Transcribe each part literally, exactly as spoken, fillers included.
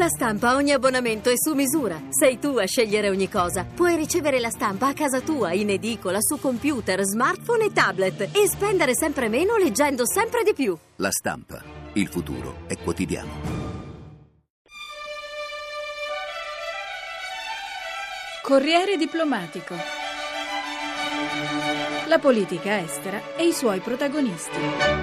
Stampa ogni abbonamento è su misura. Sei tu a scegliere ogni cosa. Puoi ricevere la stampa a casa tua, in edicola, su computer, smartphone e tablet e spendere sempre meno leggendo sempre di più. La Stampa. Il futuro è quotidiano. Corriere diplomatico. La politica estera e i suoi protagonisti.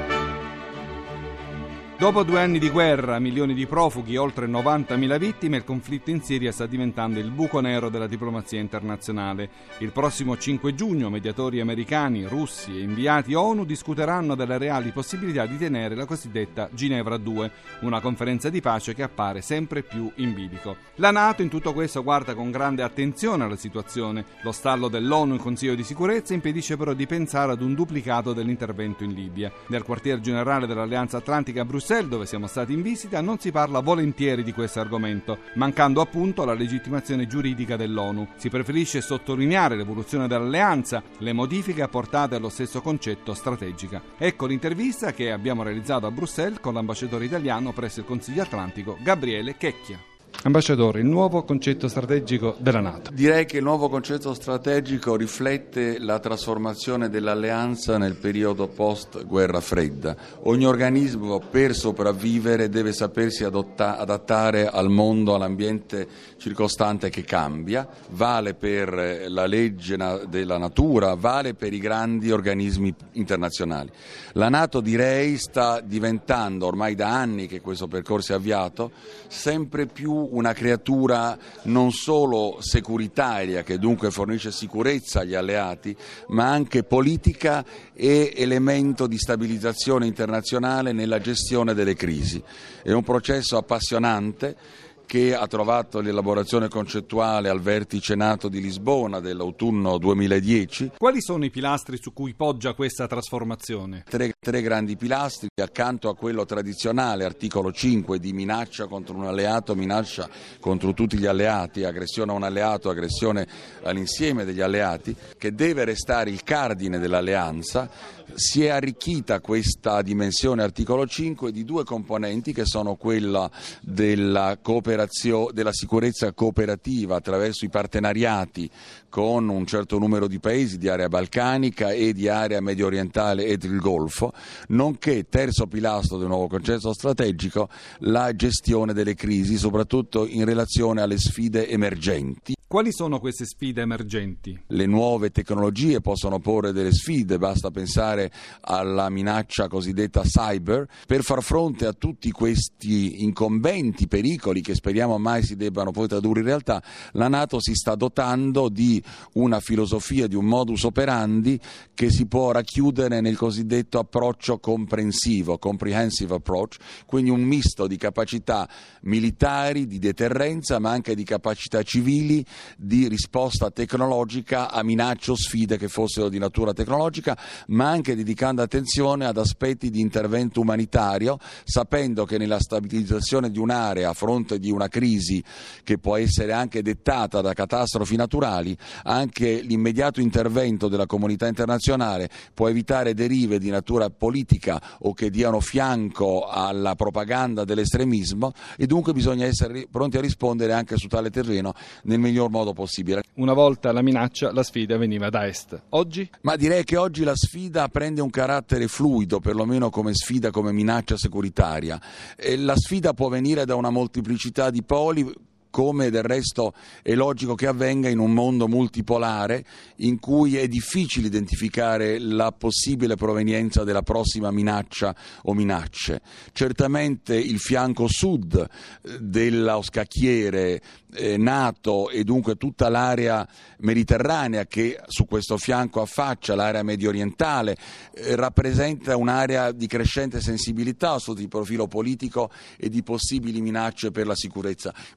Dopo due anni di guerra, milioni di profughi, oltre novantamila vittime, il conflitto in Siria sta diventando il buco nero della diplomazia internazionale. Il prossimo cinque giugno mediatori americani, russi e inviati ONU discuteranno delle reali possibilità di tenere la cosiddetta Ginevra due, una conferenza di pace che appare sempre più in bilico. La NATO in tutto questo guarda con grande attenzione alla situazione. Lo stallo dell'ONU in Consiglio di Sicurezza impedisce però di pensare ad un duplicato dell'intervento in Libia. Nel quartier generale dell'Alleanza Atlantica a Bruxelles, dove siamo stati in visita, non si parla volentieri di questo argomento, mancando appunto la legittimazione giuridica dell'ONU. Si preferisce sottolineare l'evoluzione dell'alleanza, le modifiche apportate allo stesso concetto strategica. Ecco l'intervista che abbiamo realizzato a Bruxelles con l'ambasciatore italiano presso il Consiglio Atlantico, Gabriele Checchia. Ambasciatore, il nuovo concetto strategico della NATO. Direi che il nuovo concetto strategico riflette la trasformazione dell'alleanza nel periodo post guerra fredda. Ogni organismo per sopravvivere deve sapersi adotta- adattare al mondo, all'ambiente circostante che cambia. Vale per la legge na- della natura, vale per i grandi organismi internazionali. La NATO, direi, sta diventando, ormai da anni che questo percorso è avviato, sempre più una creatura non solo securitaria, che dunque fornisce sicurezza agli alleati, ma anche politica e elemento di stabilizzazione internazionale nella gestione delle crisi. È un processo appassionante che ha trovato l'elaborazione concettuale al vertice NATO di Lisbona dell'autunno duemiladieci. Quali sono i pilastri su cui poggia questa trasformazione? Tre, tre grandi pilastri, accanto a quello tradizionale, articolo cinque, di minaccia contro un alleato, minaccia contro tutti gli alleati, aggressione a un alleato, aggressione all'insieme degli alleati, che deve restare il cardine dell'alleanza. Si è arricchita questa dimensione, articolo cinque, di due componenti che sono quella della cooperazione, della sicurezza cooperativa attraverso i partenariati con un certo numero di paesi di area balcanica e di area medio orientale e del Golfo, nonché, terzo pilastro del nuovo concetto strategico, la gestione delle crisi, soprattutto in relazione alle sfide emergenti. Quali sono queste sfide emergenti? Le nuove tecnologie possono porre delle sfide, basta pensare alla minaccia cosiddetta cyber. Per far fronte a tutti questi incombenti, pericoli che speriamo mai si debbano poi tradurre in realtà, la NATO si sta dotando di una filosofia, di un modus operandi che si può racchiudere nel cosiddetto approccio comprensivo, comprehensive approach, quindi un misto di capacità militari, di deterrenza, ma anche di capacità civili, di risposta tecnologica a minacce o sfide che fossero di natura tecnologica, ma anche dedicando attenzione ad aspetti di intervento umanitario, sapendo che nella stabilizzazione di un'area a fronte di una crisi che può essere anche dettata da catastrofi naturali, anche l'immediato intervento della comunità internazionale può evitare derive di natura politica o che diano fianco alla propaganda dell'estremismo, e dunque bisogna essere pronti a rispondere anche su tale terreno nel miglior modo possibile. Una volta la minaccia, la sfida veniva da est. Oggi? Ma direi che oggi la sfida prende un carattere fluido, perlomeno come sfida, come minaccia securitaria. E la sfida può venire da una molteplicità di poli, come del resto è logico che avvenga in un mondo multipolare in cui è difficile identificare la possibile provenienza della prossima minaccia o minacce. Certamente il fianco sud dello scacchiere eh, NATO e dunque tutta l'area mediterranea che su questo fianco affaccia, l'area medio orientale, eh, rappresenta un'area di crescente sensibilità sotto il profilo politico e di possibili minacce per la sicurezza, ma è difficile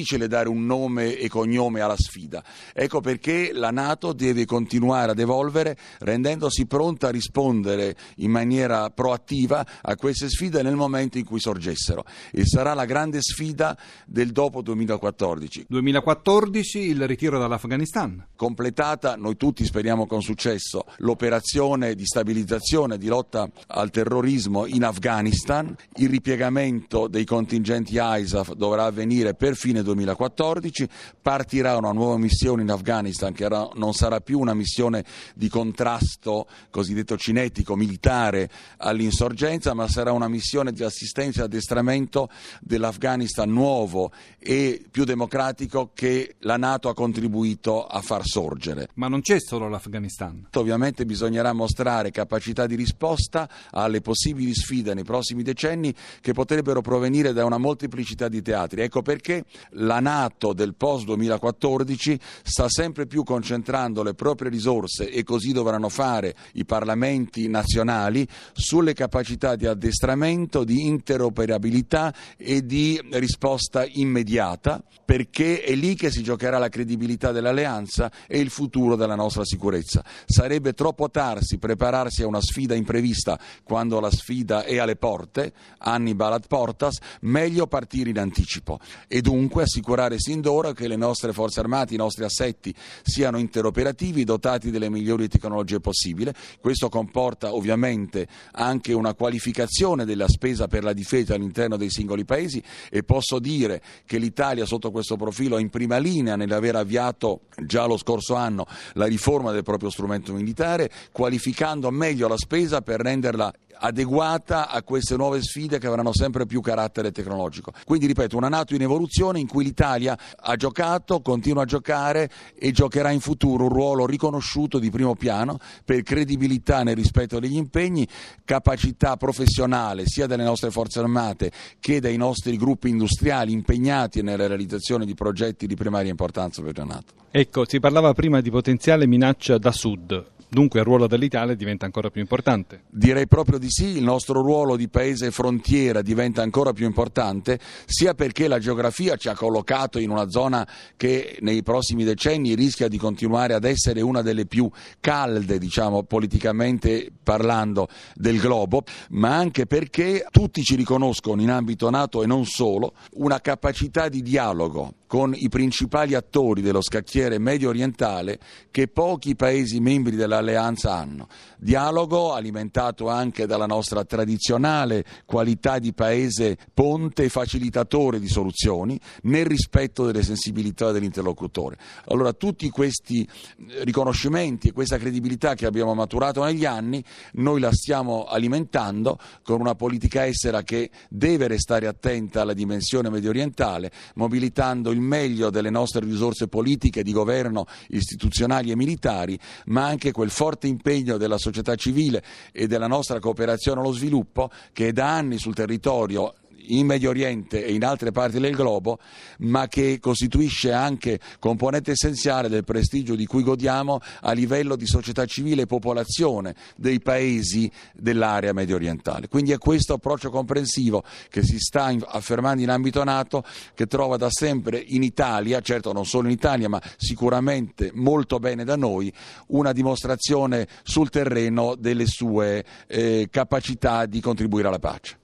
difficile dare un nome e cognome alla sfida. Ecco perché la NATO deve continuare ad evolvere rendendosi pronta a rispondere in maniera proattiva a queste sfide nel momento in cui sorgessero, e sarà la grande sfida del dopo duemilaquattordici. duemilaquattordici il ritiro dall'Afghanistan. Completata, noi tutti speriamo con successo, l'operazione di stabilizzazione, di lotta al terrorismo in Afghanistan. Il ripiegamento dei contingenti I S A F dovrà avvenire per fine duemilaquattordici, partirà una nuova missione in Afghanistan che non sarà più una missione di contrasto cosiddetto cinetico militare all'insorgenza, ma sarà una missione di assistenza e addestramento dell'Afghanistan nuovo e più democratico che la NATO ha contribuito a far sorgere. Ma non c'è solo l'Afghanistan. Ovviamente bisognerà mostrare capacità di risposta alle possibili sfide nei prossimi decenni che potrebbero provenire da una molteplicità di teatri. Ecco perché la NATO del post duemilaquattordici sta sempre più concentrando le proprie risorse, e così dovranno fare i parlamenti nazionali, sulle capacità di addestramento, di interoperabilità e di risposta immediata, perché è lì che si giocherà la credibilità dell'alleanza e il futuro della nostra sicurezza. Sarebbe troppo tardi prepararsi a una sfida imprevista quando la sfida è alle porte, Hannibal ad portas, meglio partire in anticipo e dunque assicurare sin d'ora che le nostre forze armate, i nostri assetti siano interoperativi, dotati delle migliori tecnologie possibili. Questo comporta ovviamente anche una qualificazione della spesa per la difesa all'interno dei singoli paesi, e posso dire che l'Italia sotto questo profilo è in prima linea nell'aver avviato già lo scorso anno la riforma del proprio strumento militare, qualificando meglio la spesa per renderla adeguata a queste nuove sfide che avranno sempre più carattere tecnologico. Quindi ripeto, una NATO in evoluzione in cui l'Italia ha giocato, continua a giocare e giocherà in futuro un ruolo riconosciuto di primo piano per credibilità nel rispetto degli impegni, capacità professionale sia delle nostre forze armate che dei nostri gruppi industriali impegnati nella realizzazione di progetti di primaria importanza per la NATO. Ecco, si parlava prima di potenziale minaccia da sud. Dunque il ruolo dell'Italia diventa ancora più importante. Direi proprio di sì, il nostro ruolo di paese frontiera diventa ancora più importante, sia perché la geografia ci ha collocato in una zona che nei prossimi decenni rischia di continuare ad essere una delle più calde, diciamo, politicamente parlando, del globo, ma anche perché tutti ci riconoscono in ambito NATO e non solo una capacità di dialogo con i principali attori dello scacchiere medio orientale che pochi paesi membri dell'alleanza hanno. Dialogo alimentato anche dalla nostra tradizionale qualità di paese ponte e facilitatore di soluzioni nel rispetto delle sensibilità dell'interlocutore. Allora tutti questi riconoscimenti e questa credibilità che abbiamo maturato negli anni noi la stiamo alimentando con una politica estera che deve restare attenta alla dimensione medio orientale, mobilitando il meglio delle nostre risorse politiche, di governo, istituzionali e militari, ma anche quel forte impegno della società civile e della nostra cooperazione allo sviluppo che è da anni sul territorio in Medio Oriente e in altre parti del globo, ma che costituisce anche componente essenziale del prestigio di cui godiamo a livello di società civile e popolazione dei paesi dell'area medio orientale. Quindi è questo approccio comprensivo che si sta affermando in ambito NATO, che trova da sempre in Italia, certo non solo in Italia, ma sicuramente molto bene da noi, una dimostrazione sul terreno delle sue eh, capacità di contribuire alla pace.